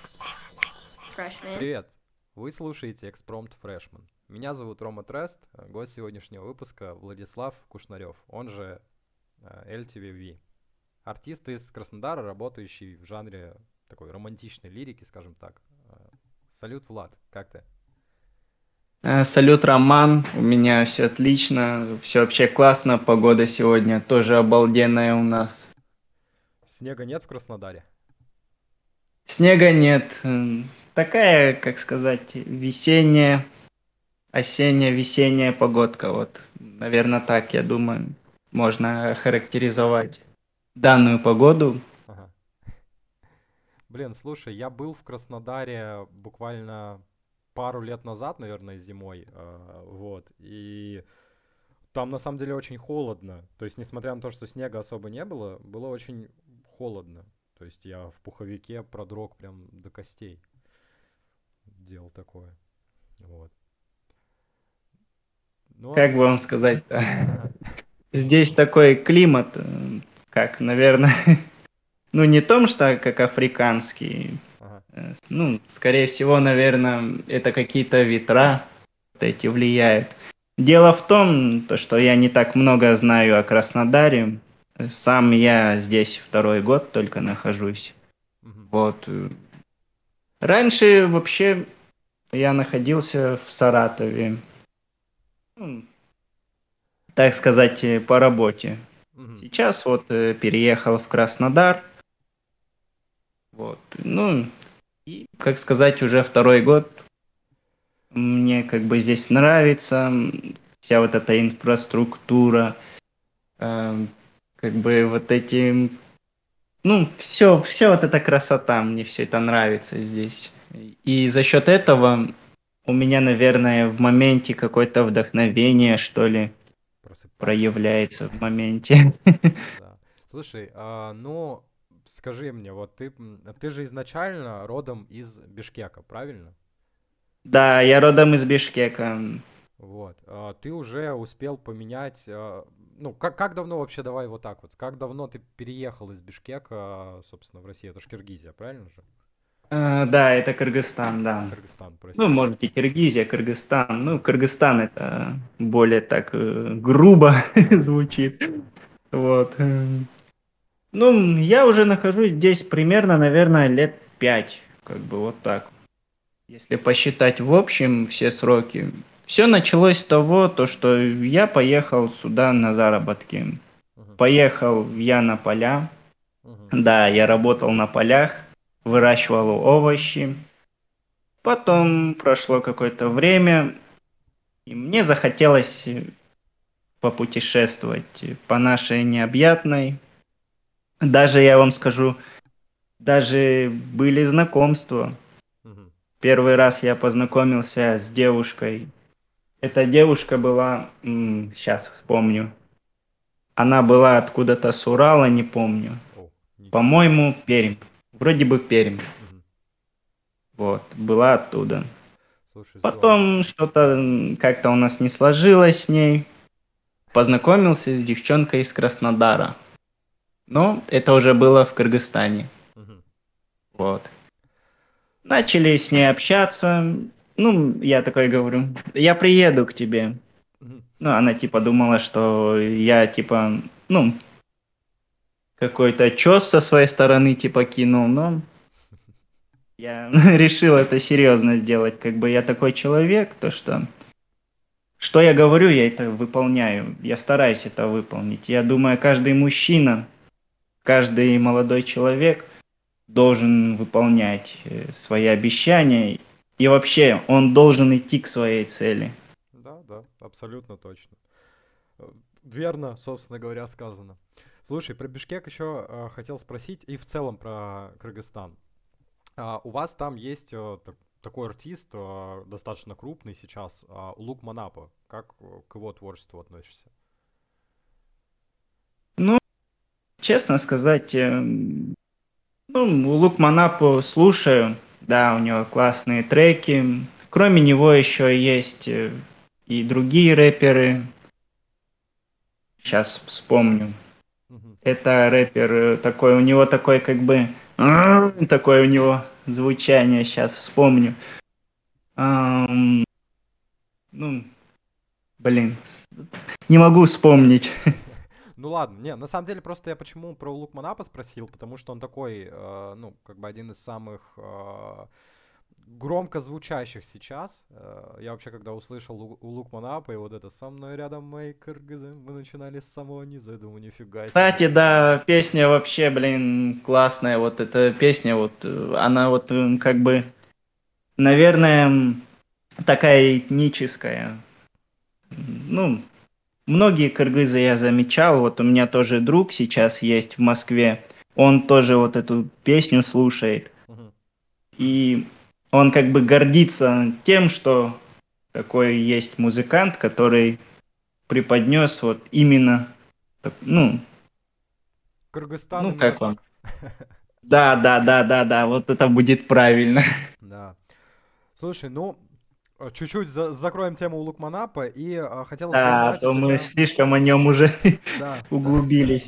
Freshman. Привет! Вы слушаете Экспромт Фрешман. Меня зовут Рома Трест, гость сегодняшнего выпуска Владислав Кушнарев, он же LTVV. Артист из Краснодара, работающий в жанре такой романтичной лирики, скажем так. Салют, Влад, как ты? Салют, Роман. У меня все отлично, все вообще классно. Погода сегодня тоже обалденная у нас. Снега нет в Краснодаре? Снега нет. Такая, как сказать, весенняя, осенняя, весенняя погодка. Вот, наверное, так, я думаю, можно охарактеризовать данную погоду. Ага. Блин, слушай, я был в Краснодаре буквально пару лет назад, наверное, зимой, вот, и там на самом деле очень холодно. То есть, несмотря на то, что снега особо не было, было очень холодно. То есть я в пуховике продрог прям до костей. Делал такое. Вот. Но, Как бы вам сказать-то? ага, Здесь такой климат, как, наверное, ну не том, что как африканский. ага. Ну, скорее всего, наверное, это какие-то ветра вот эти влияют. Дело в том, то, что я не так много знаю о Краснодаре. Сам я здесь второй год только нахожусь. Мгм, Вот. Раньше вообще я находился в Саратове. Ну, так сказать, по работе. мгм. Сейчас вот переехал в Краснодар. Вот. Ну, и, как сказать, уже второй год. Мне как бы здесь нравится вся вот эта инфраструктура, э, как бы вот эти, ну, все вот эта красота, мне все это нравится здесь. И за счет этого у меня, наверное, в моменте какое-то вдохновение, что ли, Просыпается. проявляется в моменте. Да. Слушай, ну, скажи мне, вот ты же изначально родом из Бишкека, правильно? Да, я родом из Бишкека. Вот. Ты уже успел поменять... Ну, как давно вообще, давай вот так вот, как давно ты переехал из Бишкека, собственно, в Россию? Это ж Киргизия, правильно же? Да, это Кыргызстан, да. Кыргызстан, Ну, прости. может, и Киргизия, Кыргызстан. Ну, Мгм. Кыргызстан это более так грубо Ага. звучит. Вот. Ну, я уже нахожусь здесь примерно, наверное, лет 5. Как бы вот так. Если посчитать в общем все сроки. Все началось с того, то, что я поехал сюда на заработки. Мгм. Поехал я на поля. Мгм. Да, я работал на полях, выращивал овощи. Потом прошло какое-то время, и мне захотелось попутешествовать по нашей необъятной. Даже, я вам скажу, даже были знакомства. Мгм. Первый раз я познакомился с девушкой. Эта девушка была, сейчас вспомню, она была откуда-то с Урала, не помню. О, ничего себе. По-моему, Пермь. Вроде бы Пермь. Мгм. Вот, была оттуда. Слушай, здорово. Потом что-то как-то у нас не сложилось с ней. Познакомился с девчонкой из Краснодара. Но это уже было в Кыргызстане. Мгм. Вот. Начали с ней общаться. Ну, я такой говорю, я приеду к тебе. Мгм. Ну, она типа думала, что я типа, ну, какой-то чёс со своей стороны типа кинул, но я решил это серьезно сделать. Как бы я такой человек, то что я говорю, я это выполняю. Я стараюсь это выполнить. Я думаю, каждый мужчина, каждый молодой человек должен выполнять свои обещания. И вообще, он должен идти к своей цели. Да, да, абсолютно точно. Э, Верно, собственно говоря, сказано. Слушай, про Бишкек еще хотел спросить, и в целом про Кыргызстан. У вас там есть такой артист, достаточно крупный сейчас, Лук Манапа. Как к его творчеству относишься? Ну, честно сказать, ну, Лук Манапу слушаю. Да, у него классные треки. Кроме него еще есть и другие рэперы. Сейчас вспомню. Мгм. Это рэпер такой, у него такой как бы Такое у него звучание, сейчас вспомню. Ам, Ну, блин, не могу вспомнить. Ну ладно, не, на самом деле просто я почему про Лукманапа спросил, потому что он такой, ну, как бы один из самых громко звучащих сейчас. Я вообще, когда услышал у Лукманапа и вот это «Со мной рядом мои кыргызы, мы начинали с самого низа», я думаю, нифига себе. Кстати, да, песня вообще, блин, классная. Вот эта песня, вот она вот как бы, наверное, такая этническая. Ну, многие кыргызы я замечал. Вот у меня тоже друг сейчас есть в Москве. Он тоже вот эту песню слушает. Мгм. И он как бы гордится тем, что такой есть музыкант, который преподнес вот именно, ну, Кыргызстан ну именно как он? так. Да, да, да, да, да, вот это будет правильно. Да. Слушай, ну, чуть-чуть закроем тему Лукманапа, и хотелось бы Да, а узнать у то мы тебя, слишком о нем уже да, да, углубились.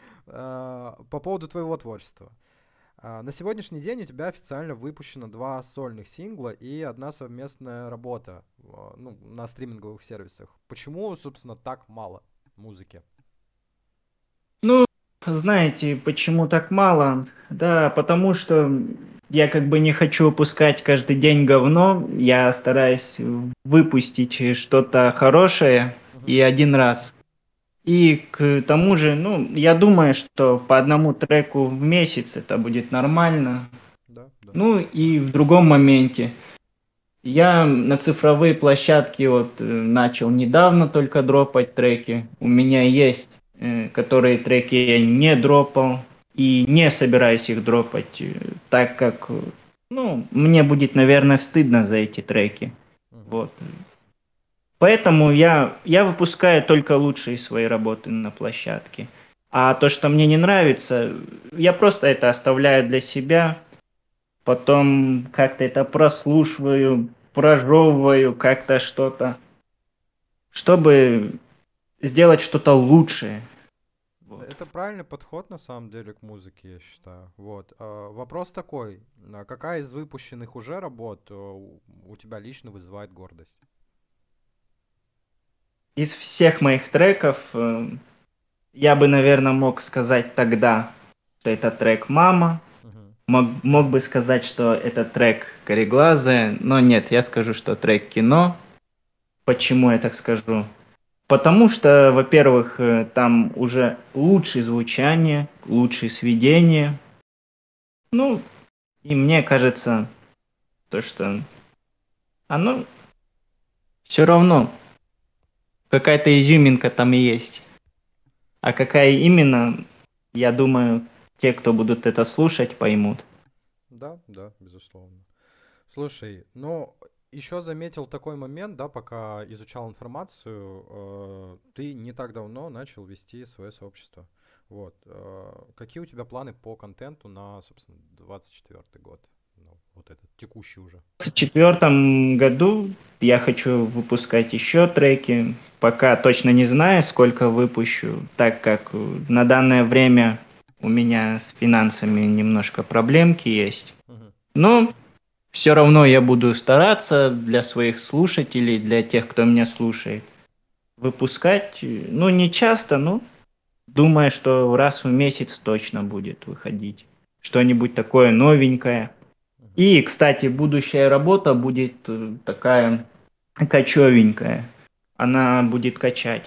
по поводу твоего творчества. На сегодняшний день у тебя официально выпущено два сольных сингла и одна совместная работа, ну, на стриминговых сервисах. Почему, собственно, так мало музыки? Ну, знаете, почему так мало? Да, потому что я как бы не хочу выпускать каждый день говно. Я стараюсь выпустить что-то хорошее Мгм. и один раз. И к тому же, ну, я думаю, что по одному треку в месяц это будет нормально. Да, да. Ну и в другом моменте. Я на цифровые площадки вот начал недавно только дропать треки. У меня есть, которые треки я не дропал и не собираюсь их дропать, так как, ну, мне будет, наверное, стыдно за эти треки. Мгм. Вот. Поэтому я выпускаю только лучшие свои работы на площадке. А то, что мне не нравится, я просто это оставляю для себя, потом как-то это прослушиваю, прожевываю как-то что-то, чтобы сделать что-то лучшее. Вот. Это правильный подход, на самом деле, к музыке, я считаю. Вот. Вопрос такой. Какая из выпущенных уже работ у тебя лично вызывает гордость? Из всех моих треков я бы, наверное, мог сказать тогда, что это трек «Мама». Мгм. Мог бы сказать, что это трек «Кореглазая», но нет, я скажу, что трек «Кино». Почему я так скажу? Потому что, во-первых, там уже лучшее звучание, лучшее сведение. Ну, и мне кажется, то, что оно все равно, какая-то изюминка там есть. А какая именно, я думаю, те, кто будут это слушать, поймут. Да, да, безусловно. Слушай, ну, еще заметил такой момент, да, пока изучал информацию, ты не так давно начал вести свое сообщество. Вот. Какие у тебя планы по контенту на, собственно, 24-й год? Ну, вот этот, текущий уже. В 2024 году я хочу выпускать еще треки. Пока точно не знаю, сколько выпущу, так как на данное время у меня с финансами немножко проблемки есть. Мгм. Но все равно я буду стараться для своих слушателей, для тех, кто меня слушает, выпускать, ну, не часто, но думаю, что раз в месяц точно будет выходить. Что-нибудь такое новенькое. Мгм. И, кстати, будущая работа будет такая кочевенькая. Она будет качать.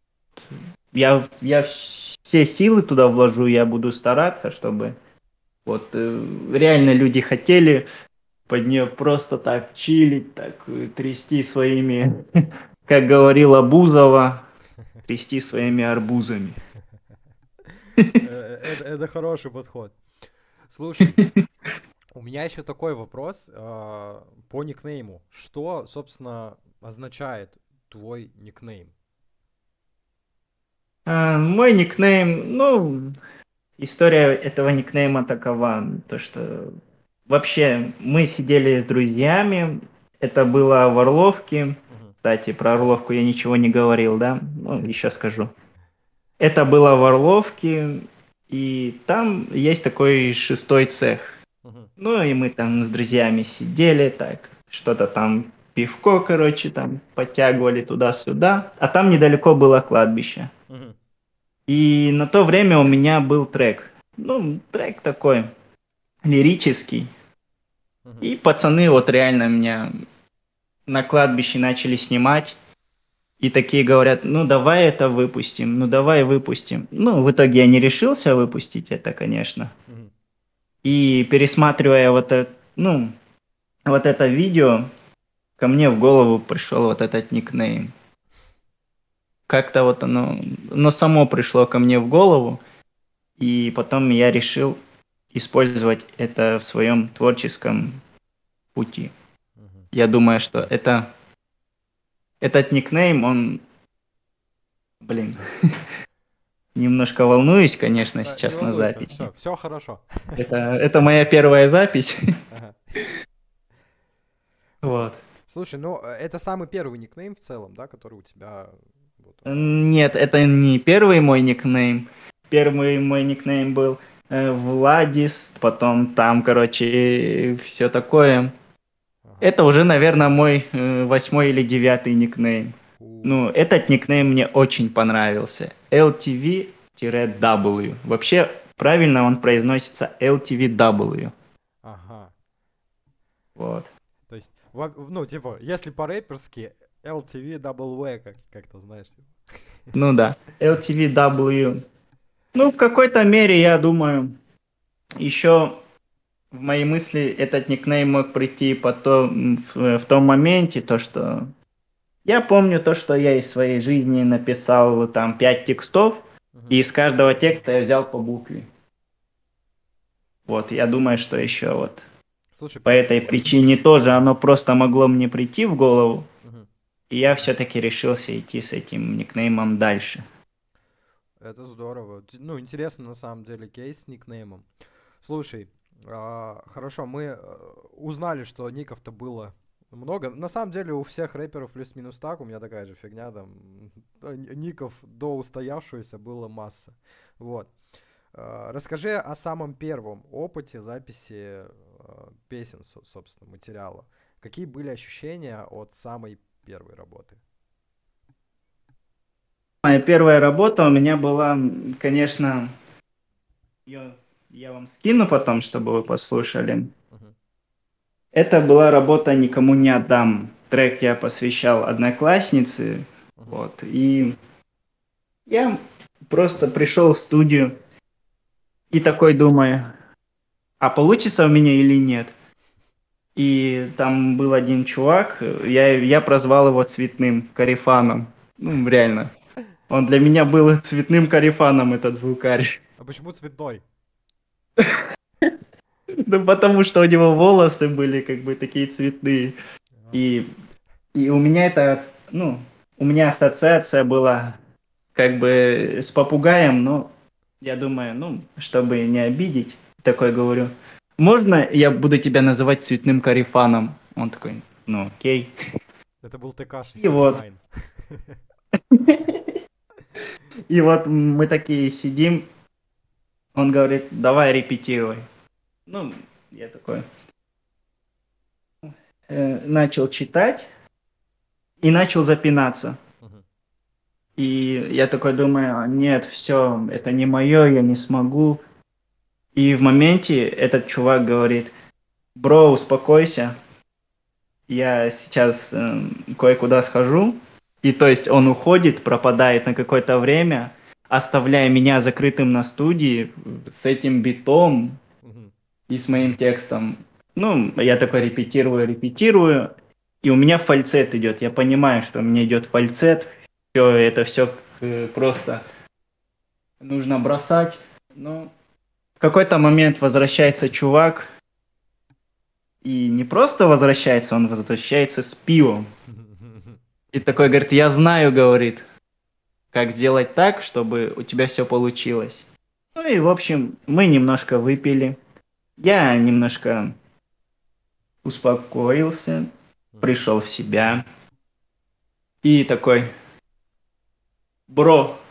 Я все силы туда вложу, я буду стараться, чтобы вот реально люди хотели под нее просто так чилить, так трясти своими, как говорила Бузова, трясти своими арбузами. Это хороший подход. Слушай, у меня еще такой вопрос по никнейму. Что, собственно, означает твой никнейм? Мой никнейм, ну, история этого никнейма такова, то что вообще мы сидели с друзьями, это было в Орловке, Мгм. кстати, про Орловку я ничего не говорил, да, ну, еще скажу. Это было в Орловке, И там есть такой шестой цех. Мгм. Ну и мы там с друзьями сидели, так, что-то там, пивко, короче, там подтягивали туда-сюда. А там недалеко было кладбище. Мгм. И на то время у меня был трек. Ну, трек такой лирический. Мгм. И пацаны вот реально меня на кладбище начали снимать. И такие говорят, ну давай это выпустим, ну давай выпустим. Ну, в итоге я не решился выпустить это, конечно. Мгм. И пересматривая ну, вот это видео, ко мне в голову пришел вот этот никнейм. Как-то вот оно само пришло ко мне в голову, и потом я решил использовать это в своем творческом пути. Мгм. Я думаю, что этот никнейм, он, блин, немножко волнуюсь, конечно, Не сейчас на волнуйся, записи. все хорошо. Это моя первая запись. Ага. Вот. Слушай, ну это самый первый никнейм в целом, да, который у тебя вот он. Нет, это не первый мой никнейм. Первый мой никнейм был Владис, потом там, короче, все такое. Ага. Это уже, наверное, мой восьмой или девятый никнейм. У. Ну, этот никнейм мне очень понравился. LTV-W. Вообще, правильно он произносится LTVW. Ага. Вот. То есть, ну, типа, если по-рэперски, LTV как-то, знаешь, типа. Ну да, LTVW. Ну, в какой-то мере, я думаю, еще в мои мысли этот никнейм мог прийти в том моменте, то что я помню то, что я из своей жизни написал вот там 5 текстов, Мгм. и из каждого текста я взял по букве. Вот, я думаю, что еще вот Слушай, по этой причине тоже оно просто могло мне прийти в голову, Мгм. и я все-таки решился идти с этим никнеймом дальше. Это здорово. Ну, интересно, на самом деле, кейс с никнеймом. Слушай, хорошо, мы узнали, что ников-то было много. На самом деле у всех рэперов плюс-минус так, у меня такая же фигня, там ников до устоявшегося было масса. Вот. Расскажи о самом первом опыте записи песен, собственно, материала. Какие были ощущения от самой первой работы? Моя первая работа у меня была, конечно, ее я вам скину потом, чтобы вы послушали. Мгм. Это была работа «Никому не отдам». Трек я посвящал однокласснице. Мгм. Вот. И я просто пришел в студию и такой думаю, а получится у меня или нет? И там был один чувак, я прозвал его цветным карифаном. Ну, реально. Он для меня был цветным карифаном, этот звукарь. А почему цветной? Ну, потому что у него волосы были как бы такие цветные. А, И, и у меня ну, у меня ассоциация была как бы с попугаем, но я думаю, ну, чтобы не обидеть, такой говорю, можно я буду тебя называть цветным карифаном? Он такой, ну окей. Это был И вот, ТК-69. и вот мы такие сидим, он говорит, давай репетируй. Ну, я такой начал читать и начал запинаться. Мгм. И я такой думаю, нет, все, это не мое, я не смогу. И в моменте этот чувак говорит, бро, успокойся, я сейчас кое-куда схожу. И то есть он уходит, пропадает на какое-то время, оставляя меня закрытым на студии с этим битом Мгм. и с моим текстом. Ну, я такой репетирую, и у меня фальцет идет. Я понимаю, что у меня идет фальцет, все просто нужно бросать. Но в какой-то момент возвращается чувак, и не просто возвращается, он возвращается с пивом. И такой говорит, я знаю, говорит, как сделать так, чтобы у тебя все получилось. Ну и, в общем, мы немножко выпили. Я немножко успокоился, Мгм. пришел в себя. И такой, бро,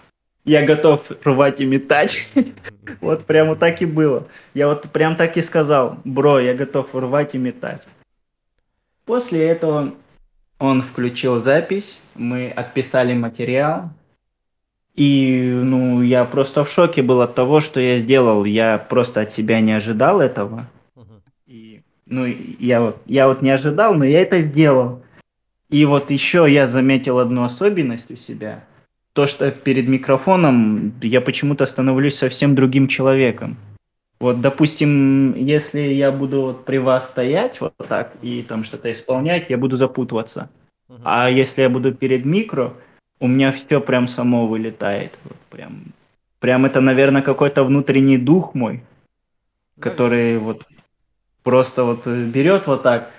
я готов рвать и метать. Вот прямо так и было. Я вот прям так и сказал: бро, я готов рвать и метать. После этого он включил запись, мы отписали материал. И, ну, я просто в шоке был от того, что я сделал. Я просто от себя не ожидал этого. Мгм. И, ну, я вот не ожидал, но я это сделал. И вот еще я заметил одну особенность у себя. То, что перед микрофоном я почему-то становлюсь совсем другим человеком. Вот, допустим, если я буду вот при вас стоять вот так и Мгм. там что-то исполнять, я буду запутываться. Мгм. А если я буду перед микро, у меня все прям само вылетает. Вот прям это, наверное, какой-то внутренний дух мой, Наверное. который вот просто вот берет вот так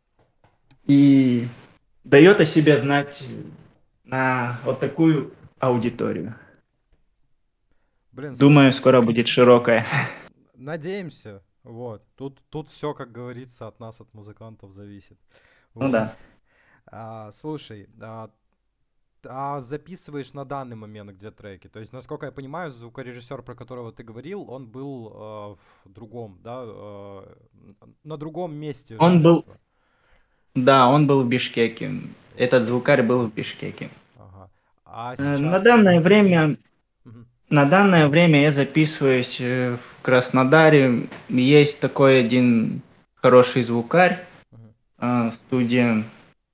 и дает о себе знать на вот такую аудиторию. Блин, слушай, Думаю, скоро будет широкая. надеемся. Вот. Тут все, как говорится, от нас, от музыкантов зависит. Ну Вот. да. Слушай, а записываешь на данный момент где треки? То есть, насколько я понимаю, звукорежиссер, про которого ты говорил, он был в другом, да, на другом месте Он был, жительства. да, он был в Бишкеке. Этот Вот. звукарь был в Бишкеке. Ага. А На сейчас ты... данное время Мгм. На данное время я записываюсь в Краснодаре. Есть такой один хороший звукарь, Мгм. студия,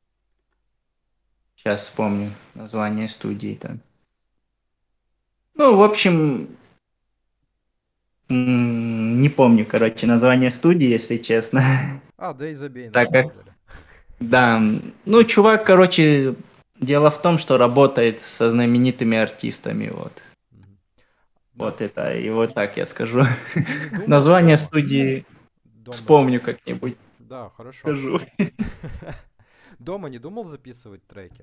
сейчас вспомню название студии-то. Ну, в общем, не помню, короче, название студии, если честно. Да и забей, на Так самом как, деле. да, ну, чувак, короче, дело в том, что работает со знаменитыми артистами, вот. Мгм. Да, Вот это, и вот так я скажу. не думал Название дома. студии Дома вспомню как-нибудь, Да, хорошо. скажу. Дома не думал записывать треки?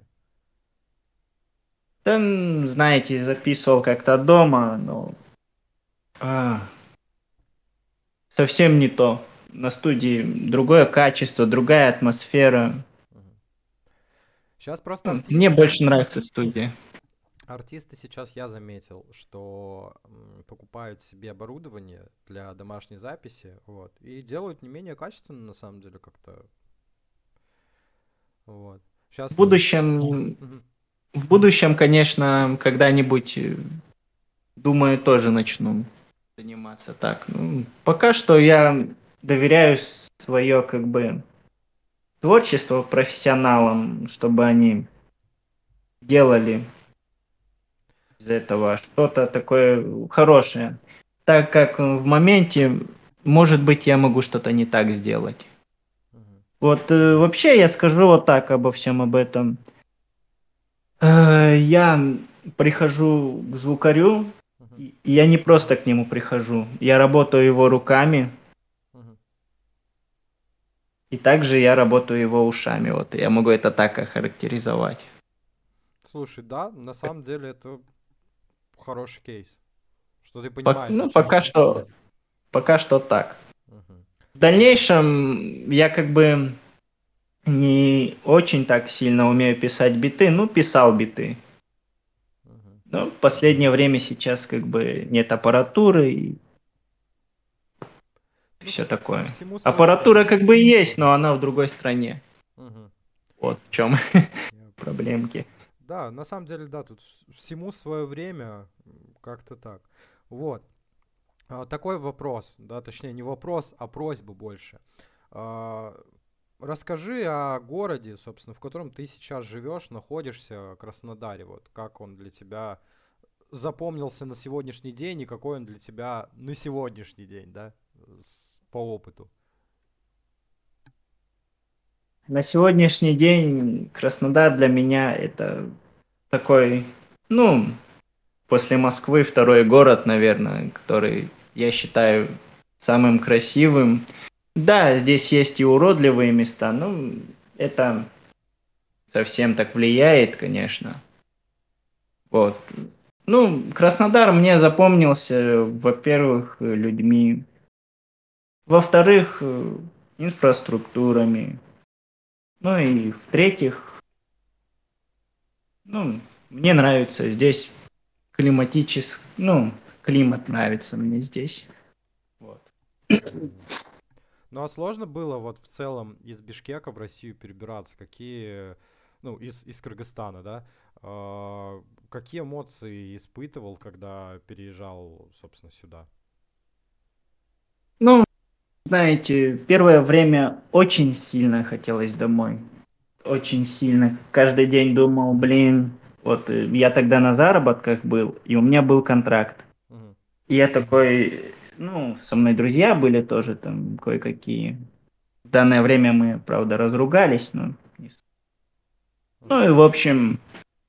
Там, знаете, записывал как-то дома, но а, совсем не то. На студии другое качество, другая атмосфера. Сейчас просто Ну, мне больше нравится студия. артисты сейчас я заметил, что покупают себе оборудование для домашней записи, вот, и делают не менее качественно, на самом деле, как-то, вот. В Сейчас, ну, будущем, мгм, в будущем, конечно, когда-нибудь, думаю, тоже начну заниматься так. Ну, пока что я доверяю свое, как бы, творчество профессионалам, чтобы они делали из этого что-то такое хорошее. Так как в моменте, может быть, я могу что-то не так сделать. мгм, Вот вообще я скажу вот так обо всем об этом. Я прихожу к звукарю, мгм, и я не просто к нему прихожу. Я работаю его руками, мгм. и также я работаю его ушами. Вот я могу это так охарактеризовать. Слушай, да, на самом деле это хороший кейс, что ты понимаешь, Ну, зачем это. пока что так. Мгм, В дальнейшем я как бы не очень так сильно умею писать биты, ну, писал биты. мгм. Но в последнее время сейчас как бы нет аппаратуры и Ну, все такое. всему свое Аппаратура время. как бы есть, но она в другой стране. Мгм. Вот в чем Я понял. проблемки. Да, на самом деле, да, тут всему свое время, как-то так. Вот. Такой вопрос, да, точнее не вопрос, а просьба больше. А, Расскажи о городе, собственно, в котором ты сейчас живешь, находишься, Краснодаре. Вот как он для тебя запомнился на сегодняшний день и какой он для тебя на сегодняшний день, да, по опыту. На сегодняшний день Краснодар для меня это такой, ну, после Москвы второй город, наверное, который я считаю самым красивым. Да, здесь есть и уродливые места, но это совсем так влияет, конечно. Вот. Ну, Краснодар мне запомнился, во-первых, людьми, во-вторых, инфраструктурами, ну и в-третьих, ну, мне нравится здесь климат нравится мне здесь. Вот. Мгм. Ну а сложно было вот в целом из Бишкека в Россию перебираться? Какие, ну, из Кыргызстана, да? Какие эмоции испытывал, когда переезжал, собственно, сюда? Ну, знаете, первое время очень сильно хотелось домой. Очень сильно. Каждый день думал, блин, вот я тогда на заработках был, и у меня был контракт. Мгм. И я такой, ну, со мной друзья были тоже там кое-какие. В данное время мы, правда, разругались, но... Ну Мгм. и, в общем,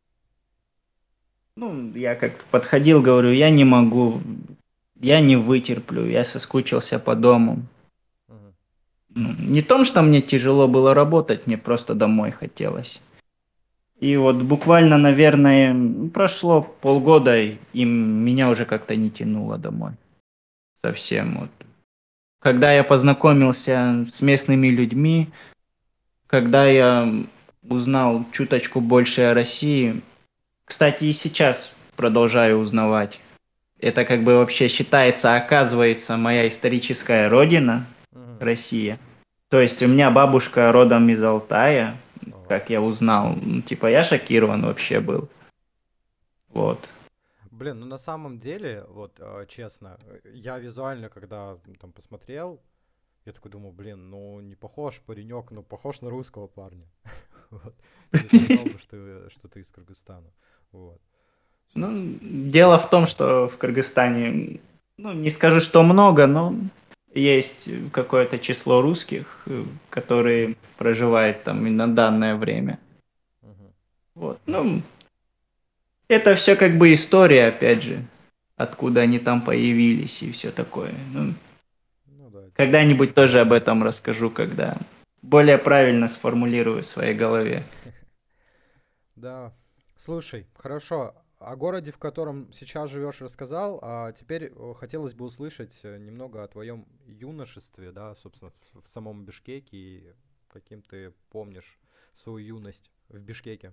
ну, я как подходил, говорю, я не могу, я не вытерплю, я соскучился по дому. Мгм. Ну, не том, что мне тяжело было работать, мне просто домой хотелось. И вот буквально, наверное, прошло полгода, и меня уже как-то не тянуло домой. Совсем вот. Когда я познакомился с местными людьми, когда я узнал чуточку больше о России, кстати, и сейчас продолжаю узнавать. Это как бы вообще считается, оказывается, моя историческая родина, Мгм. Россия. То есть у меня бабушка родом из Алтая, Ого. как я узнал. Ну, типа я шокирован вообще был. Вот. Блин, ну на самом деле, вот честно, я визуально, когда там посмотрел, я такой думал, блин, ну не похож паренек, ну похож на русского парня. Вот. Не сказал бы, что ты из Кыргызстана. Вот, собственно. Ну, дело в том, что в Кыргызстане, ну, не скажу, что много, но есть какое-то число русских, которые проживают там и на данное время. Мгм. Вот. Ну, это все как бы история, опять же, откуда они там появились и все такое. Ну, Ну да, типа. когда-нибудь тоже об этом расскажу, когда более правильно сформулирую в своей голове. Да. Слушай, хорошо. О городе, в котором сейчас живешь, рассказал, а теперь хотелось бы услышать немного о твоем юношестве, да, собственно, в самом Бишкеке и каким ты помнишь свою юность в Бишкеке.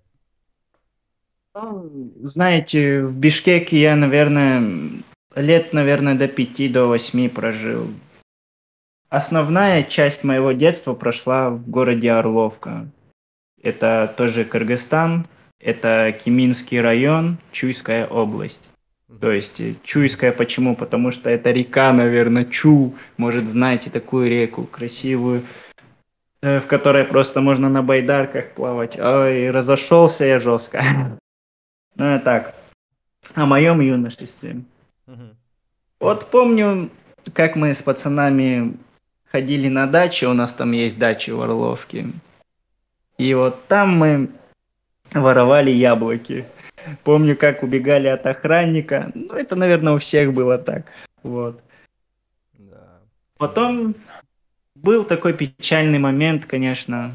Ну, знаете, в Бишкеке я, наверное, лет, наверное, до 8 прожил. Основная Мгм. часть моего детства прошла в городе Орловка. Это тоже Кыргызстан, это Кеминский район, Чуйская область. То Мгм. есть Чуйская почему? Потому что это река, наверное, Чу, может, знаете такую реку Мгм. красивую, в которой просто можно на байдарках плавать. Ой, разошелся я жестко. Ну, и так, о моем юношестве. Мгм. Вот помню, как мы с пацанами ходили на дачу, у нас там есть дача в Орловке. И вот там мы воровали яблоки. Помню, как убегали от охранника. Ну, это, наверное, у всех было так. Вот. Да. Потом был такой печальный момент, конечно,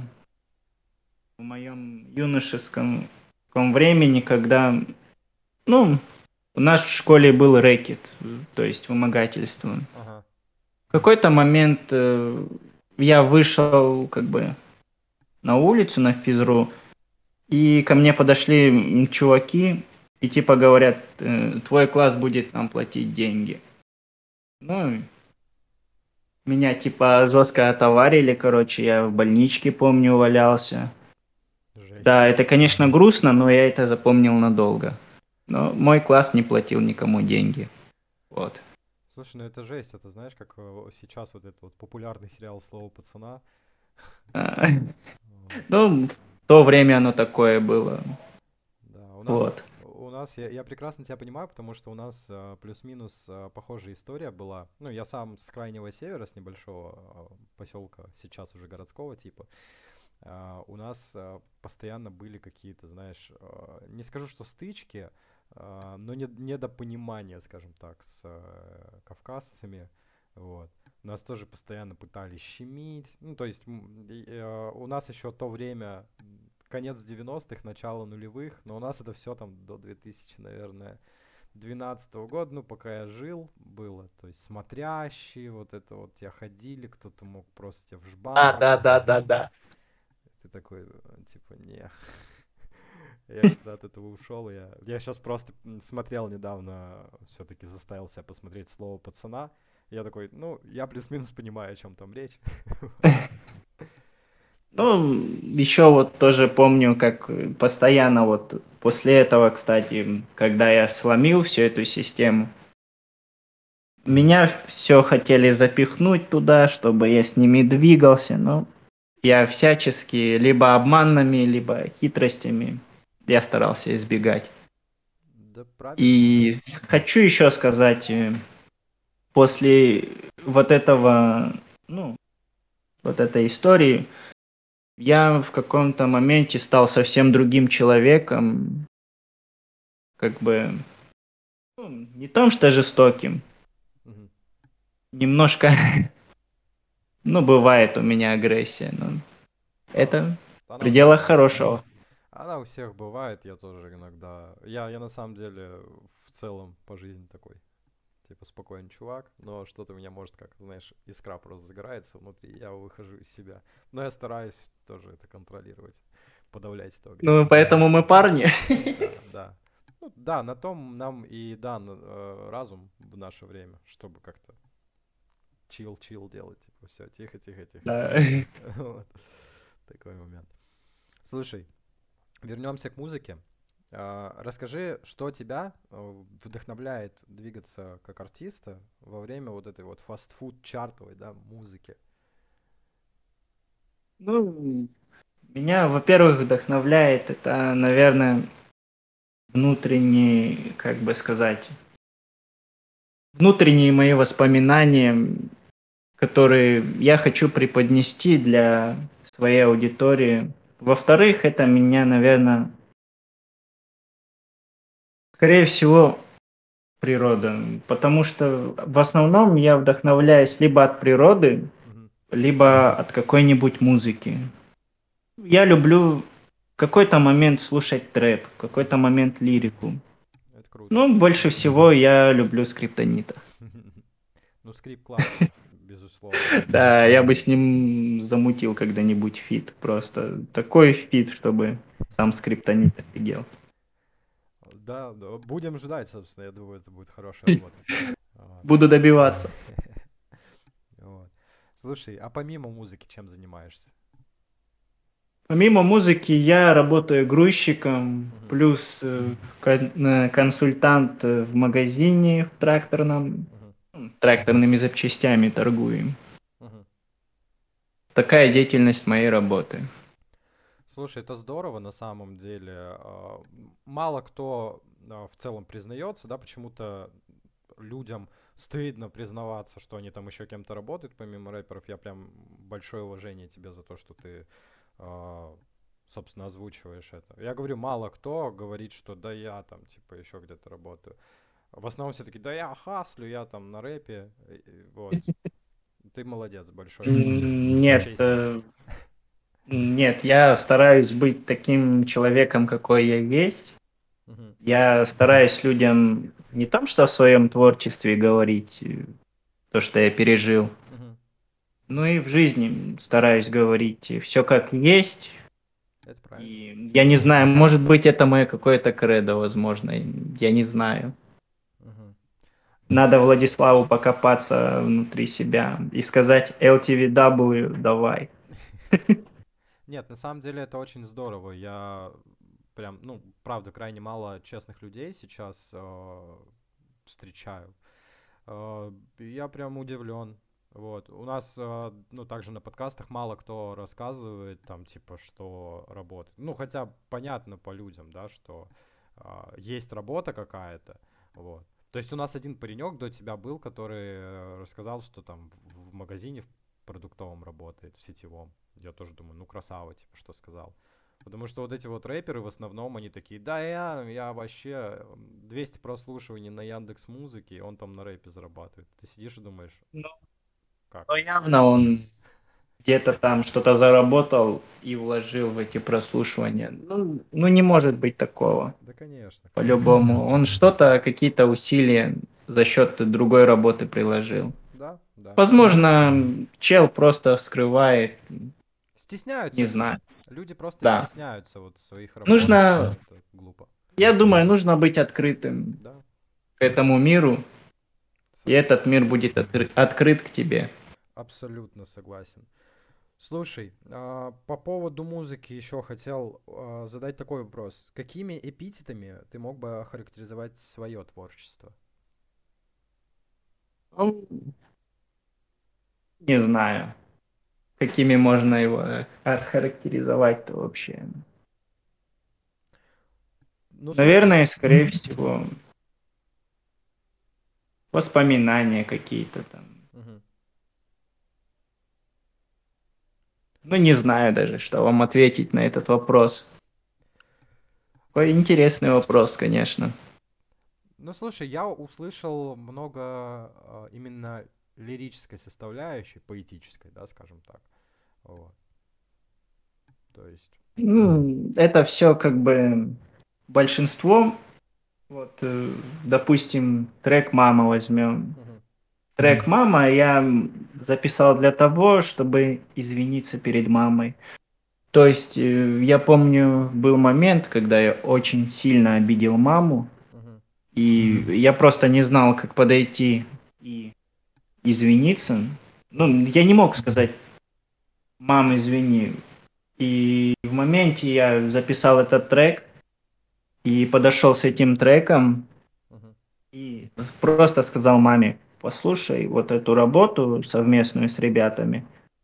в моем юношеском таком времени, когда, ну, у нас в школе был рэкет, то есть вымогательство. Ага. В какой-то момент я вышел как бы на улицу, на физру, и ко мне подошли чуваки и типа говорят, твой класс будет нам платить деньги. Ну, меня типа жестко отоварили, короче, я в больничке, помню, валялся. Да, Жесть. это, конечно, грустно, но я это запомнил надолго. Но мой класс не платил никому деньги. Вот. Слушай, ну это жесть, это знаешь, как сейчас вот этот вот популярный сериал «Слово пацана». А, Вот. Ну, в то время оно такое было. Да, Вот. я прекрасно тебя понимаю, потому что у нас плюс-минус похожая история была. Ну, я сам с крайнего севера, с небольшого поселка, сейчас уже городского типа. У нас постоянно были какие-то, знаешь, не скажу, что стычки, но недопонимания, скажем так, с кавказцами. Вот. Нас тоже постоянно пытались щемить. Ну, то есть у нас еще то время, конец 90-х, начало нулевых, но у нас это все там до 2000, наверное, 12 года, ну, пока я жил, было. То есть смотрящие, вот это вот тебя ходили, кто-то мог просто тебя в жбан Да, да, да, прописать. да, да. Ты такой, типа, не. Я когда от этого ушел, я сейчас просто смотрел недавно, все-таки заставил себя посмотреть «Слово пацана». Я такой, ну, я плюс-минус понимаю, о чем там речь. Ну, еще вот тоже помню, как постоянно вот после этого, кстати, когда я сломил всю эту систему, меня все хотели запихнуть туда, чтобы я с ними двигался, но я всячески либо обманами, либо хитростями я старался избегать. Да, правильно. И хочу еще сказать, после вот этого, ну, вот этой истории, я в каком-то моменте стал совсем другим человеком, как бы, ну, не том что жестоким, Мгм. немножко, ну, бывает у меня агрессия, но Ну, это в она у всех пределах бывает. хорошего. Она у всех бывает, я тоже иногда. Я на самом деле в целом по жизни такой, типа, спокойный чувак, но что-то у меня может, как, знаешь, искра просто загорается внутри, я выхожу из себя. Но я стараюсь тоже это контролировать, подавлять эту Ну, агрессию. поэтому мы парни. Да, да. Ну, да, на том нам и дан разум в наше время, чтобы как-то чил делать. Типа, все, тихо. Да. Вот. Такой момент. Слушай, вернемся к музыке. Расскажи, что тебя вдохновляет двигаться как артиста во время вот этой вот фастфуд чартовой, да, музыки. Ну, меня, во-первых, вдохновляет это, наверное, внутренний, как бы сказать, внутренние мои воспоминания, которые я хочу преподнести для своей аудитории. Во-вторых, это меня, наверное, скорее всего, природа, потому что в основном я вдохновляюсь либо от природы, Мгм. либо от какой-нибудь музыки. Я люблю в какой-то момент слушать трэп, в какой-то момент лирику. Это круто. Ну, больше всего я люблю Скриптонита. Ну, скрип классный, безусловно. Да, я бы с ним замутил когда-нибудь фит. Просто такой фит, чтобы сам Скриптонит офигел. Да, да, будем ждать, собственно, я думаю, это будет хорошая работа. Вот. Буду добиваться. Вот. Слушай, а помимо музыки чем занимаешься? Помимо музыки я работаю грузчиком, Мгм. плюс консультант в магазине в тракторном, Мгм. тракторными запчастями торгуем. Мгм. Такая деятельность моей работы. Слушай, это здорово на самом деле. Мало кто в целом признается, да, почему-то людям стыдно признаваться, что они там еще кем-то работают, помимо рэперов. Я прям большое уважение тебе за то, что ты, а, собственно, озвучиваешь это. Я говорю, мало кто говорит, что да я там, типа, еще где-то работаю. В основном все таки да я хаслю, я там на рэпе. Вот. Ты молодец, большой молодец. Что Нет, честь. нет, я стараюсь быть таким человеком, какой я есть. Мгм. Я стараюсь людям не том, что в своем творчестве говорить, то, что я пережил, Мгм. но и в жизни стараюсь говорить все как есть. Это правильно. И я не знаю, может быть, это мое какое-то кредо, возможно, я не знаю. Мгм. Надо Владиславу покопаться внутри себя и сказать LTVW, давай. Нет, на самом деле это очень здорово. Я прям, ну, правда, крайне мало честных людей сейчас встречаю. Я прям удивлен. Вот. У нас, ну, также на подкастах мало кто рассказывает, там, типа, что работает. Ну, хотя понятно по людям, да, что есть работа какая-то, вот. То есть у нас один паренек до тебя был, который рассказал, что там в магазине в продуктовом работает, в сетевом. Я тоже думаю, ну, красава, типа, что сказал. Потому что вот эти вот рэперы в основном, они такие, да, я вообще 200 прослушиваний на Яндекс Музыке, он там на рэпе зарабатывает. Ты сидишь и думаешь, Ну, как? но явно он где-то там что-то заработал и вложил в эти прослушивания. Ну, не может быть такого. Да, конечно, конечно. По-любому. Он что-то, какие-то усилия за счет другой работы приложил. Да, да. Возможно, чел просто скрывает Стесняются Не люди. знаю. Люди просто Да. стесняются вот своих работ, и Нужно, это глупо. я думаю, нужно быть открытым Да, к этому миру, и этот согласен. мир будет открыт к тебе. Абсолютно согласен. Слушай, по поводу музыки еще хотел задать такой вопрос. Какими эпитетами ты мог бы охарактеризовать свое творчество? Ну, не знаю, какими можно его охарактеризовать-то вообще. Ну, слушай, Наверное, скорее всего, воспоминания какие-то там. мгм. Ну, не знаю даже, что вам ответить на этот вопрос. Какой интересный вопрос, конечно. Ну, слушай, я услышал много именно лирической составляющей, поэтической, да, скажем так. Вот. То есть, Ну, это все как бы большинство. Вот, допустим, трек «Мама» возьмем. мгм, Трек «Мама» я записал для того, чтобы извиниться перед мамой. То есть, я помню, был момент, когда я очень сильно обидел маму, мгм, и я просто не знал, как подойти и извиниться. Ну, я не мог сказать: «Мам, извини». И в моменте я записал этот трек и подошел с этим треком мгм. и просто сказал маме: «Послушай вот эту работу совместную с ребятами».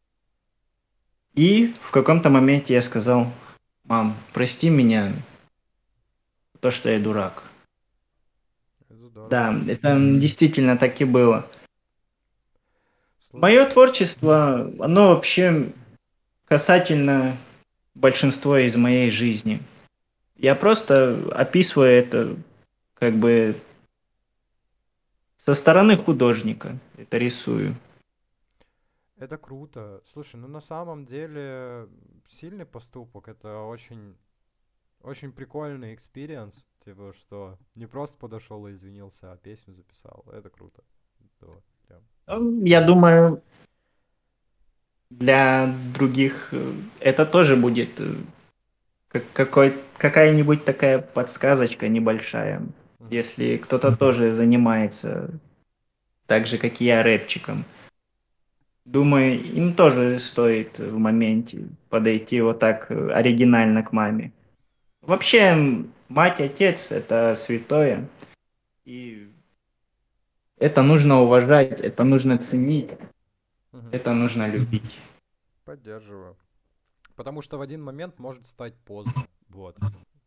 И в каком-то моменте я сказал: «Мам, прости меня, то, что я дурак». Это здорово. Да, это действительно так и было. Слушай, Мое творчество, оно вообще касательно большинства из моей жизни. Я просто описываю это как бы со стороны художника. Это рисую. это круто. Слушай, ну на самом деле сильный поступок. Это очень, очень прикольный экспириенс. Типа, что не просто подошел и извинился, а песню записал. Это круто. Вот, прям. Я думаю, для других это тоже будет какая-нибудь такая подсказочка небольшая. Мгм. Если кто-то тоже занимается так же, как и я, рэпчиком. Думаю, им тоже стоит в моменте подойти вот так оригинально к маме. Вообще, мать, отец — это святое. И это нужно уважать, это нужно ценить, Мгм. это нужно любить. Поддерживаю. Потому что в один момент может стать поздно. Вот.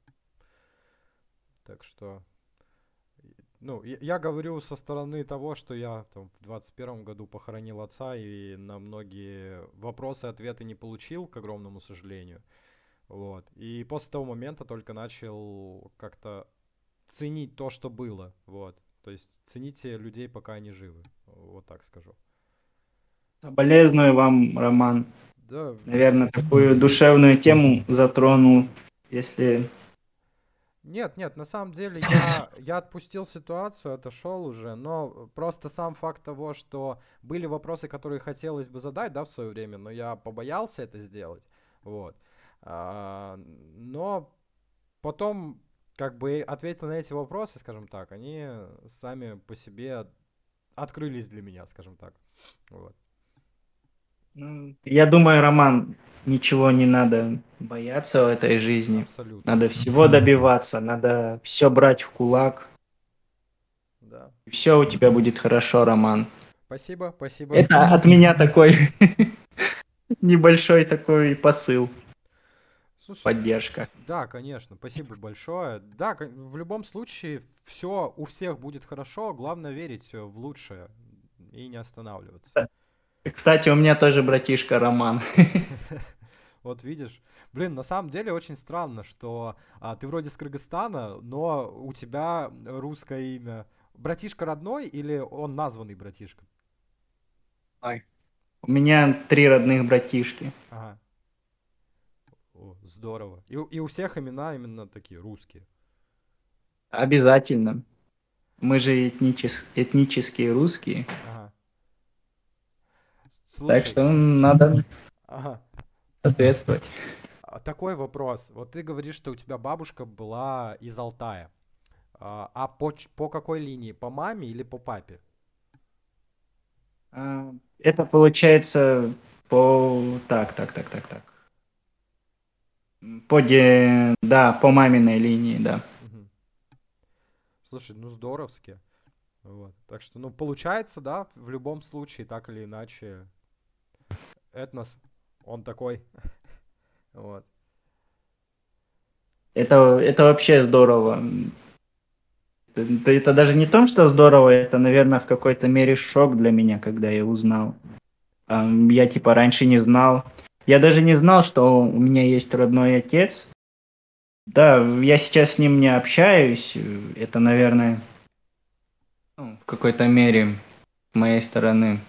Так что, ну, я говорю со стороны того, что я там в 21 году похоронил отца и на многие вопросы ответы не получил, к огромному сожалению. Вот. И после того момента только начал как-то ценить то, что было. Вот. То есть цените людей, пока они живы. Вот так скажу. Соболезную вам, Роман. Да, Наверное, такую спасибо. душевную тему затронул, если... Нет, нет, на самом деле я отпустил ситуацию, отошел уже, но просто сам факт того, что были вопросы, которые хотелось бы задать, да, в свое время, но я побоялся это сделать, вот. Но потом как бы ответил на эти вопросы, скажем так, они сами по себе открылись для меня, скажем так, вот. Я думаю, Роман, ничего не надо бояться в этой жизни. Абсолютно, Надо всего добиваться, надо все брать в кулак. да. И все у тебя будет хорошо, Роман. Спасибо, спасибо. Это от меня такой небольшой такой посыл, Слушай, поддержка. да, конечно, спасибо большое. Да, в любом случае, все у всех будет хорошо, главное верить в лучшее и не останавливаться. Кстати, у меня тоже братишка Роман. Вот видишь. Блин, на самом деле очень странно, что ты вроде с Кыргызстана, но у тебя русское имя. Братишка родной или он названный братишка? Ой. У меня 3 родных братишки. Ага. О, здорово. И у всех имена именно такие русские. Обязательно. Мы же этнические русские. Ага. Так Слушай, что надо... ага. соответствовать. Такой вопрос. Вот ты говоришь, что у тебя бабушка была из Алтая. А по какой линии? По маме или по папе? Это получается по... Так. Да, по маминой линии, да. Мгм. Слушай, ну здоровски. Вот. Так что, ну, получается, да, в любом случае, так или иначе, этнос, он такой. Вот. Это вообще здорово. Это даже не то, что здорово, это, наверное, в какой-то мере шок для меня, когда я узнал. Я типа раньше не знал. Я даже не знал, что у меня есть родной отец. Да, я сейчас с ним не общаюсь. Это, наверное, ну, в какой-то мере с моей стороны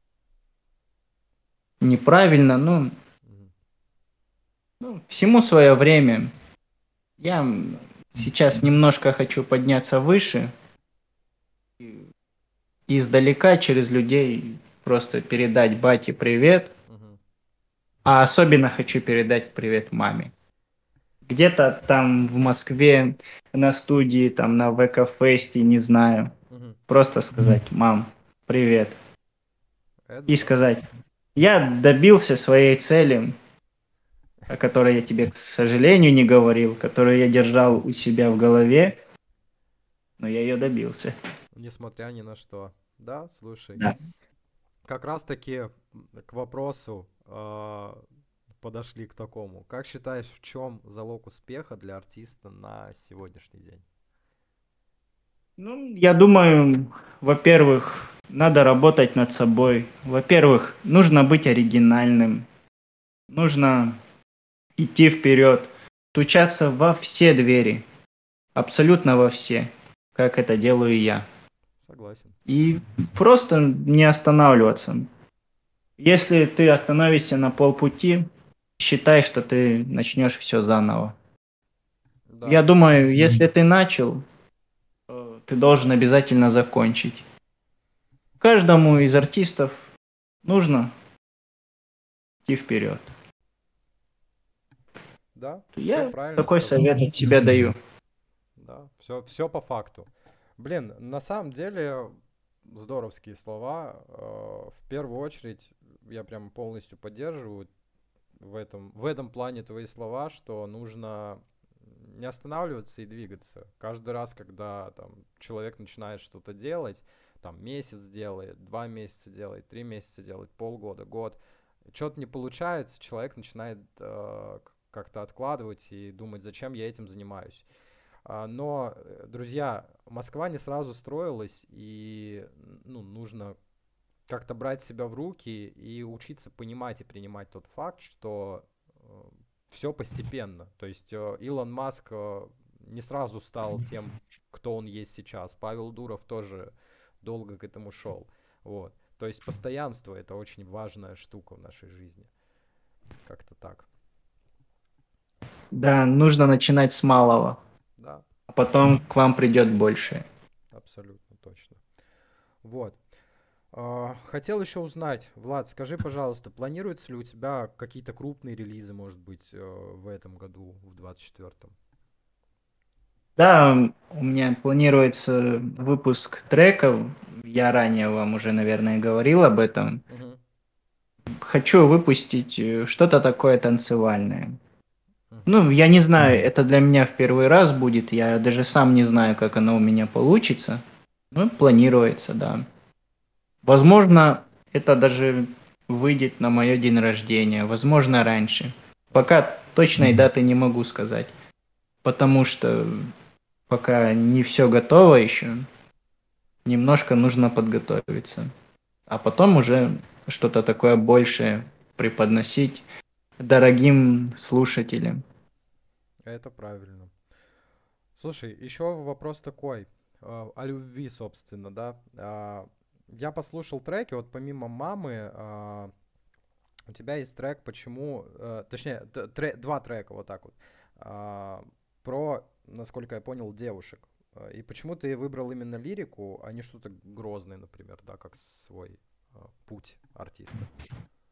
неправильно, но Мгм. всему свое время. Я сейчас немножко хочу подняться выше, и издалека через людей просто передать бате привет, Мгм. а особенно хочу передать привет маме. Где-то там в Москве на студии, там на ВК-фесте, не знаю, Мгм. просто сказать: мам, привет. Это И здорово. сказать: я добился своей цели, о которой я тебе, к сожалению, не говорил, которую я держал у себя в голове, но я ее добился. Несмотря ни на что. Да, слушай. Да. Как раз-таки к вопросу подошли к такому. Как считаешь, в чем залог успеха для артиста на сегодняшний день? Ну, я думаю, во-первых, надо работать над собой. Во-первых, нужно быть оригинальным. Нужно идти вперед, стучаться во все двери, абсолютно во все, как это делаю я. Согласен. И просто не останавливаться. Если ты остановишься на полпути, считай, что ты начнешь все заново. Я Да, думаю, если ты начал, ты должен обязательно закончить. Каждому из артистов нужно идти вперед. да, все Я правильно такой сказал. совет от себя даю. Да, все по факту. Блин, на самом деле здоровские слова. В первую очередь я прям полностью поддерживаю в этом плане твои слова, что нужно не останавливаться и двигаться. Каждый раз, когда там человек начинает что-то делать, там месяц делает, 2 месяца делает, 3 месяца делает, полгода, год, что-то не получается, человек начинает как-то откладывать и думать, зачем я этим занимаюсь. Но, друзья, Москва не сразу строилась, и ну, нужно как-то брать себя в руки и учиться понимать и принимать тот факт, что все постепенно. То есть Илон Маск не сразу стал тем, кто он есть сейчас. Павел Дуров тоже долго к этому шел. Вот. То есть постоянство — это очень важная штука в нашей жизни. Как-то так. Да, нужно начинать с малого, Да, а потом к вам придет больше. абсолютно точно. Вот. Хотел еще узнать, Влад, скажи, пожалуйста, планируются ли у тебя какие-то крупные релизы, может быть, в этом году, в 24-м? Да, у меня планируется выпуск треков. Я ранее вам уже, наверное, говорил об этом. Мгм. Хочу выпустить что-то такое танцевальное. Мгм. Ну, я не знаю, это для меня в первый раз будет. Я даже сам не знаю, как оно у меня получится. Ну, планируется, да. Возможно, это даже выйдет на мое день рождения. Возможно, раньше. Мгм. Пока точной даты не могу сказать. Потому что пока не все готово еще. Немножко нужно подготовиться. А потом уже что-то такое большее преподносить дорогим слушателям. Это правильно. Слушай, еще вопрос такой, о любви, собственно, да. Я послушал треки, вот помимо «Мамы», у тебя есть трек, почему, точнее, два трека, вот так вот, про, насколько я понял, девушек. И почему ты выбрал именно лирику, а не что-то грозное, например, да, как свой путь артиста?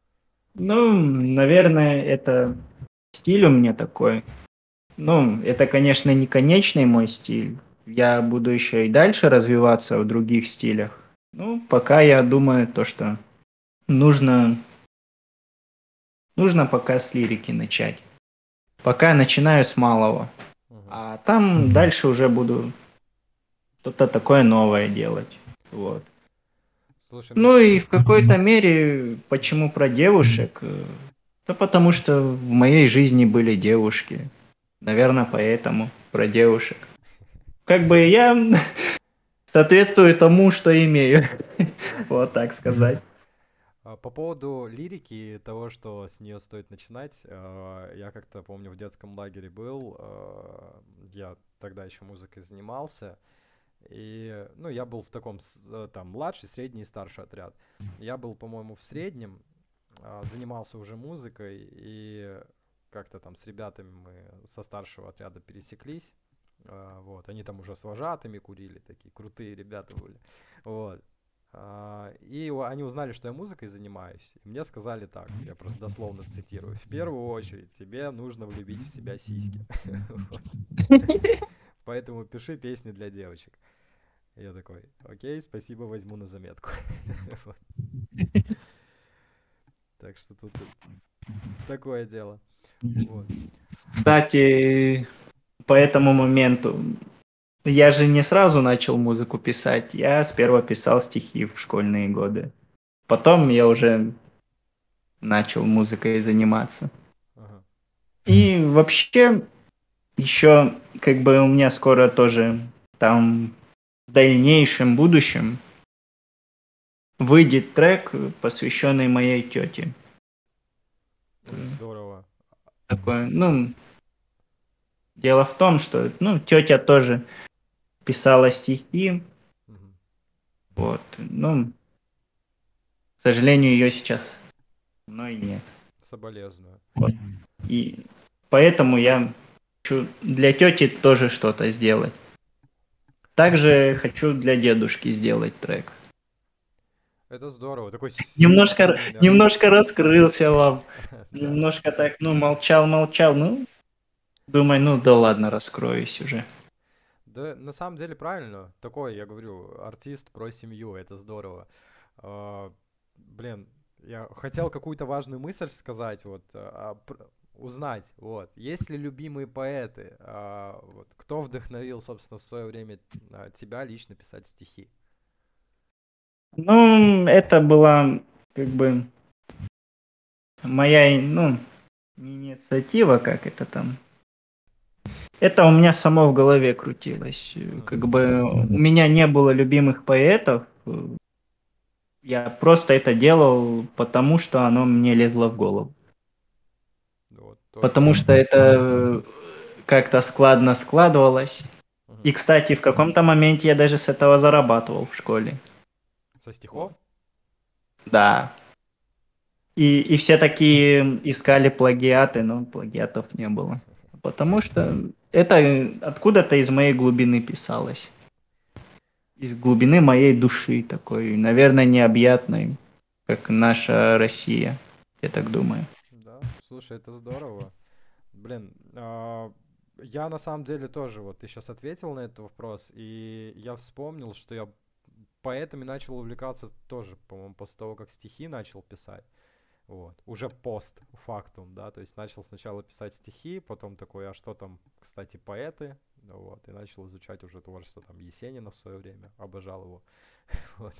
Ну, наверное, это стиль у меня такой. Ну, это, конечно, не конечный мой стиль. Я буду еще и дальше развиваться в других стилях. Ну, пока я думаю то, что нужно, нужно пока с лирики начать. Пока начинаю с малого. Мгм. А там дальше уже буду что-то такое новое делать. Вот. Слушай, мне... Ну и в какой-то мере, почему про девушек? Да потому что в моей жизни были девушки. Наверное, поэтому про девушек. Как бы я соответствую тому, что имею. Вот Окей. так сказать. По поводу лирики и того, что с нее стоит начинать, я как-то помню в детском лагере был, я тогда еще музыкой занимался, и, ну, я был в таком, там, младший, средний и старший отряд. Я был, по-моему, в среднем, занимался уже музыкой, и как-то там с ребятами мы со старшего отряда пересеклись, вот, они там уже с вожатыми курили, такие крутые ребята были, вот. И они узнали, что я музыкой занимаюсь, и мне сказали так, я просто дословно цитирую: в первую очередь тебе нужно влюбить в себя сиськи. Вот. Поэтому пиши песни для девочек. Я такой: окей, спасибо, возьму на заметку. Вот. Так что тут такое дело. Вот. Кстати, по этому моменту я же не сразу начал музыку писать. Я сперва писал стихи в школьные годы. Потом я уже начал музыкой заниматься. Ага. И вообще, еще как бы у меня скоро тоже там в дальнейшем будущем выйдет трек, посвященный моей тете. Ой, здорово. Такое, ну, дело в том, что, ну, тетя тоже писала стихи, Мгм. вот, ну, к сожалению, ее сейчас мной нет. Соболезную. Вот. И поэтому я хочу для тети тоже что-то сделать. Также хочу для дедушки сделать трек. Это здорово. Такой Немножко, семейный артист. немножко раскрылся вам. Да. Немножко так, ну, молчал. Ну, думаю, ну да ладно, раскроюсь уже. Да, на самом деле правильно. Такой, я говорю, артист про семью. Это здорово. А, Блин, я хотел какую-то важную мысль сказать, вот, узнать, вот, есть ли любимые поэты, вот, кто вдохновил, собственно, в свое время тебя лично писать стихи? Ну, это была как бы моя, ну, не инициатива, как это там. Это у меня само в голове крутилось. Мгм. Как бы у меня не было любимых поэтов. Я просто это делал, потому что оно мне лезло в голову. Вот, тоже Потому что хорошо. это как-то складно складывалось. Мгм. И, кстати, в каком-то моменте я даже с этого зарабатывал в школе. Со стихов? Вот. Да. И все такие искали плагиаты, но плагиатов не было. Потому что это откуда-то из моей глубины писалось. Из глубины моей души такой, наверное, необъятной, как наша Россия. Я так думаю. Да, слушай, это здорово. Блин, я на самом деле тоже, вот ты сейчас ответил на этот вопрос, и я вспомнил, что я поэтами начал увлекаться тоже, по-моему, после того, как стихи начал писать. Вот. Уже фактум, да, то есть начал сначала писать стихи, потом такой, а что там, кстати, поэты, ну вот, и начал изучать уже творчество там Есенина в свое время, обожал его, вот,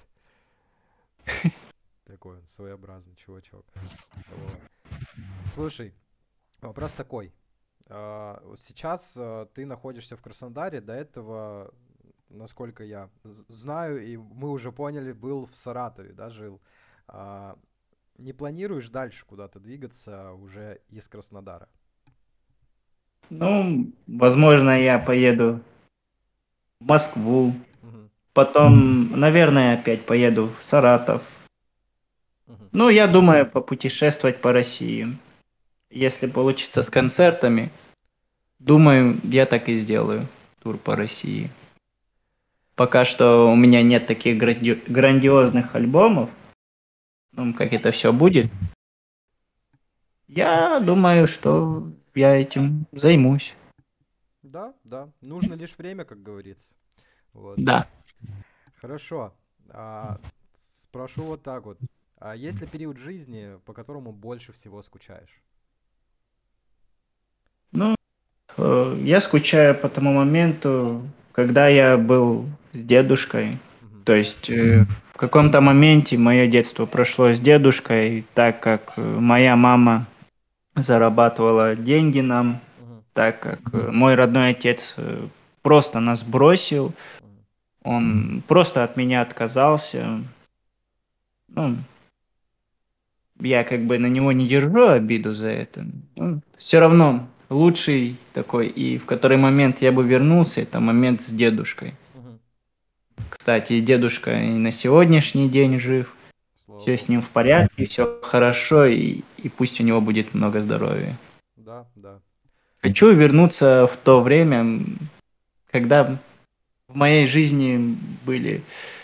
такой он своеобразный чувачок, вот. Слушай, вопрос такой, вот сейчас ты находишься в Краснодаре, до этого, насколько я знаю, и мы уже поняли, был в Саратове, да, жил. А, Не планируешь дальше куда-то двигаться уже из Краснодара? Ну, возможно, я поеду в Москву, Мгм. потом, наверное, опять поеду в Саратов. Мгм. Ну, я думаю попутешествовать по России. Если получится с концертами, думаю, я так и сделаю. Тур по России. Пока что у меня нет таких грандиозных альбомов. Ну, как это все будет. Я думаю, что я этим займусь. Да, да. Нужно лишь время, как говорится. Вот. Да. Хорошо. А, Спрошу вот так вот. А есть ли период жизни, по которому больше всего скучаешь? Ну, я скучаю по тому моменту, когда я был с дедушкой. Мгм. То есть в каком-то моменте мое детство прошло с дедушкой, так как моя мама зарабатывала деньги нам, Мгм. так как мой родной отец просто нас бросил, Мгм. он просто от меня отказался. Ну, я как бы на него не держу обиду за это. Все равно лучший такой, и в который момент я бы вернулся, это момент с дедушкой. Мгм. Кстати, дедушка и на сегодняшний день жив, Слава все с богу. ним в порядке, все хорошо, и пусть у него будет много здоровья. Да, да. Хочу вернуться в то время, когда в моей жизни были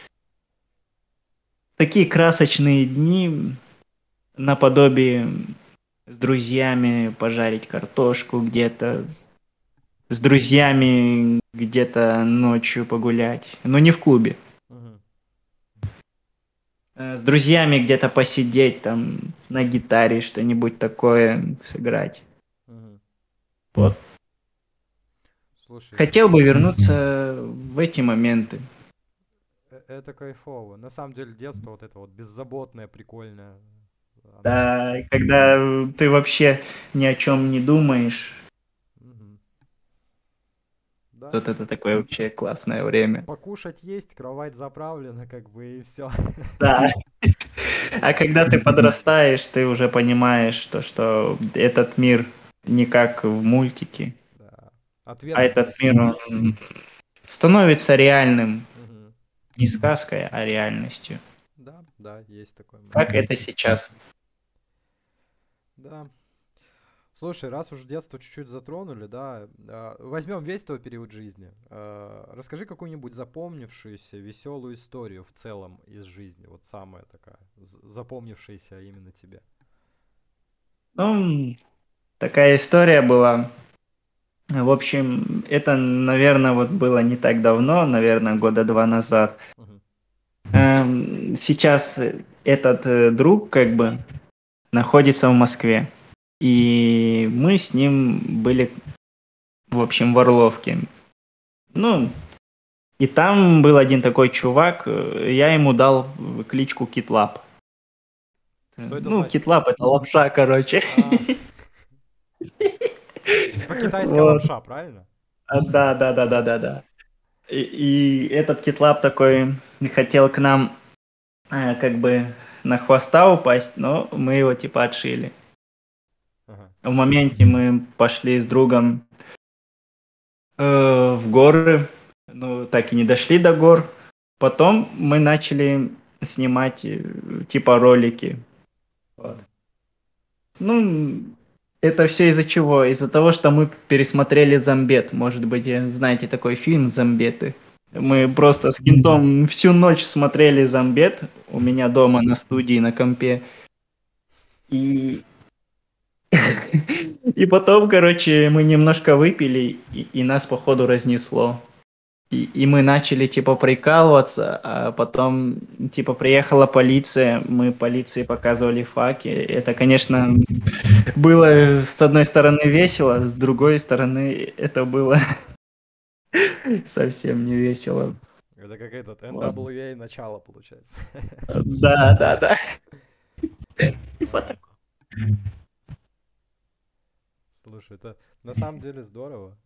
такие красочные дни, наподобие с друзьями пожарить картошку где-то, с друзьями где-то ночью погулять, но не в клубе. Мгм. С друзьями где-то посидеть, там, на гитаре что-нибудь такое сыграть. Мгм. Вот. Слушай, Хотел бы вернуться в эти моменты. это кайфово. На самом деле детство вот это вот беззаботное, прикольное. Оно... Да, когда ты вообще ни о чем не думаешь, Мгм. Да. вот это такое вообще классное время. Покушать есть, кровать заправлена, как бы, и все. Да. А Типа, когда ты подрастаешь, ты уже понимаешь, что этот мир не как в мультике, да. а этот Ответственность. мир он становится реальным. Мгм. Не сказкой, а реальностью. Да, да, есть такой Как момент. это сейчас? Да. Слушай, раз уж детство чуть-чуть затронули, да, возьмем весь твой период жизни. Расскажи какую-нибудь запомнившуюся, веселую историю в целом из жизни. Вот самая такая, запомнившаяся именно тебе. Ну, такая история была. В общем, это, наверное, вот было не так давно, наверное, года два назад. Мгм. Сейчас этот друг как бы находится в Москве. И мы с ним были, в общем, в Орловке. Ну, и там был один такой чувак, я ему дал кличку Китлап. Что это Ну, значит? Китлап это лапша, короче. А, типа китайская Вот. лапша, правильно? Да, да, да, да, Ага, да, да. И этот Китлап такой хотел к нам как бы на хвоста упасть, но мы его типа отшили. ага. В моменте мы пошли с другом в горы, ну так и не дошли до гор. Потом мы начали снимать типа ролики. Вот. Мгм. Ну, это все из-за чего? Из-за того, что мы пересмотрели «Зомбет». Может быть, знаете такой фильм «Зомбеты». Мы Нет. просто с кентом всю ночь смотрели «Зомбет» у меня дома на студии, на компе. И, и потом, короче, мы немножко выпили, и нас, походу, разнесло. И мы начали, типа, прикалываться, а потом, типа, приехала полиция, мы полиции показывали факи. Это, конечно, было, с одной стороны, весело, с другой стороны, это было совсем не весело. Это как этот Вот. NWA начало, получается. Да, да, да. Типа А, так. Слушай, это на самом деле здорово.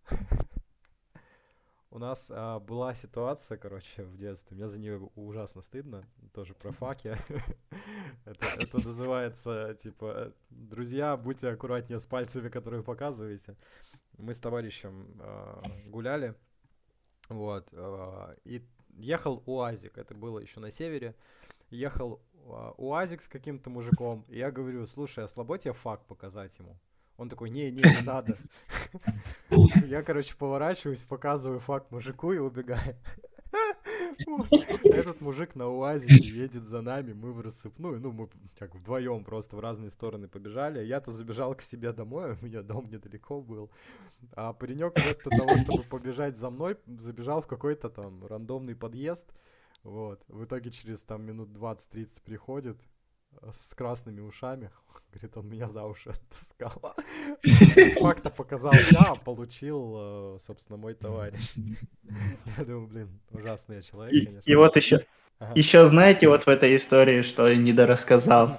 У нас была ситуация, короче, в детстве. Мне за нее ужасно стыдно. Тоже про факи. Это называется, типа, друзья, будьте аккуратнее с пальцами, которые вы показываете. Мы с товарищем гуляли, вот, и ехал УАЗик. Это было еще на севере. Ехал УАЗик с каким-то мужиком. И я говорю, слушай, а слабо тебе фак показать ему? Он такой, не надо. Я, короче, поворачиваюсь, показываю факт мужику и убегаю. Вот. Этот мужик на УАЗике едет за нами, мы в рассыпную, ну, мы как вдвоем просто в разные стороны побежали. Я-то забежал к себе домой, у меня дом недалеко был. А паренек вместо того, чтобы побежать за мной, забежал в какой-то там рандомный подъезд. Вот. В итоге через там минут 20-30 приходит с красными ушами. Говорит, он меня за уши оттаскал. Без факта показал я, а получил, собственно, мой товарищ. Я думаю, блин, ужасный я человек, И конечно. вот еще, Ага. еще знаете, вот в этой истории, что я недорассказал.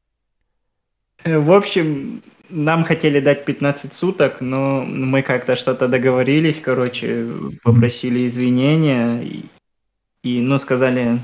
В общем, нам хотели дать 15 суток, но мы как-то что-то договорились, короче, попросили извинения ну, сказали,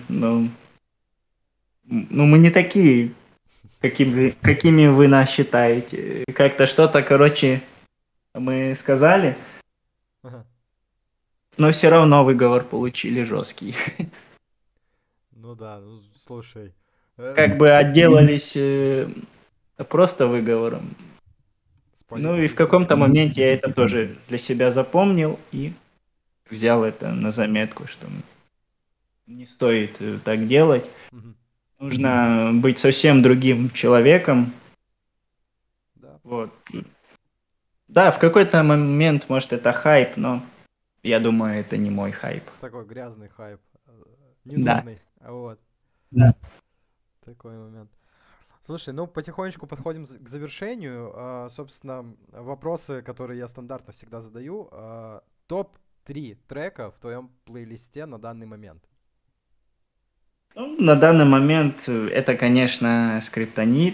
ну, мы не такие, какими вы нас считаете. Как-то что-то, короче, мы сказали, Ага. но все равно выговор получили жесткий. Ну да, ну слушай. Как бы отделались просто выговором. С Ну и полицией в фиг каком-то его моменте я знает. это тоже для себя запомнил и взял это на заметку, что не стоит так делать. Мгм. Нужно быть совсем другим человеком. Да, Вот. Да, в какой-то момент, может, это хайп, но я думаю, это не мой хайп. такой грязный хайп. Да. Ненужный. Вот. Да. Такой момент. Слушай, ну потихонечку подходим к завершению. Собственно, вопросы, которые я стандартно всегда задаю. Топ-3 трека в твоем плейлисте на данный момент. Ну, на данный момент это, конечно, скриптонит.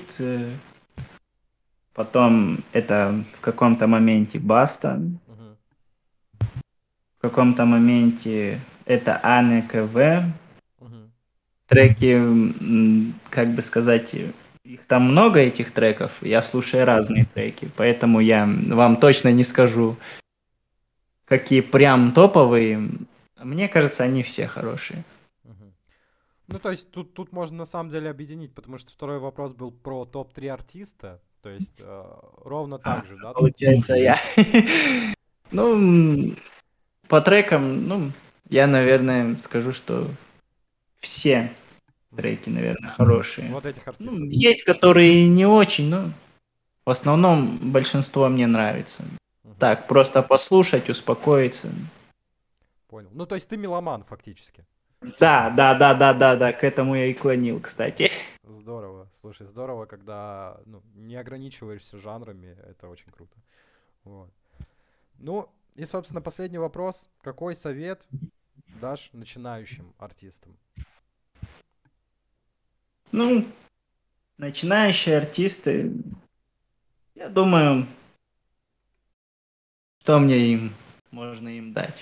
Потом это в каком-то моменте Баста. Мгм. В каком-то моменте это Анна КВ. Мгм. Треки, как бы сказать, их там много, этих треков. Я слушаю разные треки, поэтому я вам точно не скажу, какие прям топовые. Мне кажется, они все хорошие. Мгм. Ну, то есть тут можно на самом деле объединить, потому что второй вопрос был про топ-3 артиста. То есть ровно так же, да? Получается, я. Ну, по трекам, ну, я, наверное, скажу, что все Мгм. треки, наверное, хорошие. Вот этих Ну, артистов. есть, которые не очень, но в основном большинство мне нравится. Мгм. Так, просто послушать, успокоиться. Понял. Ну, то есть ты меломан фактически. Да, да, да, да, да, да, к этому я и клонил, кстати. Здорово. Слушай, здорово, когда ну, не ограничиваешься жанрами. Это очень круто. Вот. Ну, и, собственно, последний вопрос. Какой совет дашь начинающим артистам? Ну, начинающие артисты, я думаю, что мне им можно им дать?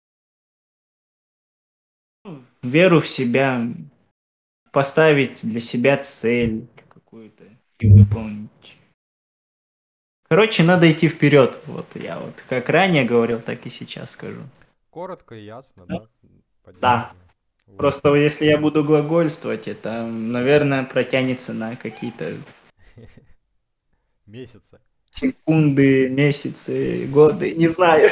Веру в себя, поставить для себя цель какую-то и выполнить. Короче, надо идти вперед. Вот я вот как ранее говорил, так и сейчас скажу. Коротко и ясно, да? Да, Поддерживаю. Вот. просто если я буду глагольствовать, это, наверное, протянется на какие-то Месяца. секунды, месяцы, годы, не знаю.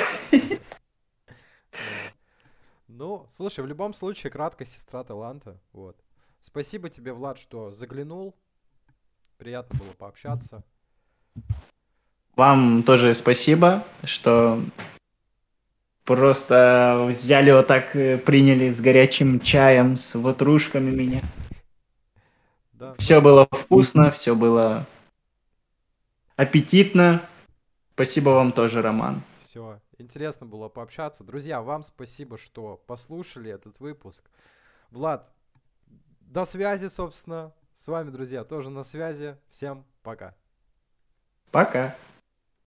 Вот. Ну, слушай, в любом случае, краткость сестра таланта. Вот. Спасибо тебе, Влад, что заглянул. Приятно было пообщаться. Вам тоже спасибо, что просто взяли вот так, приняли с горячим чаем, с ватрушками меня. Да, Все ну, было вкусно, все было аппетитно. Спасибо вам тоже, Роман. все. Интересно было пообщаться. Друзья, вам спасибо, что послушали этот выпуск. Влад, до связи, собственно. С вами, друзья, тоже на связи. Всем пока. Пока.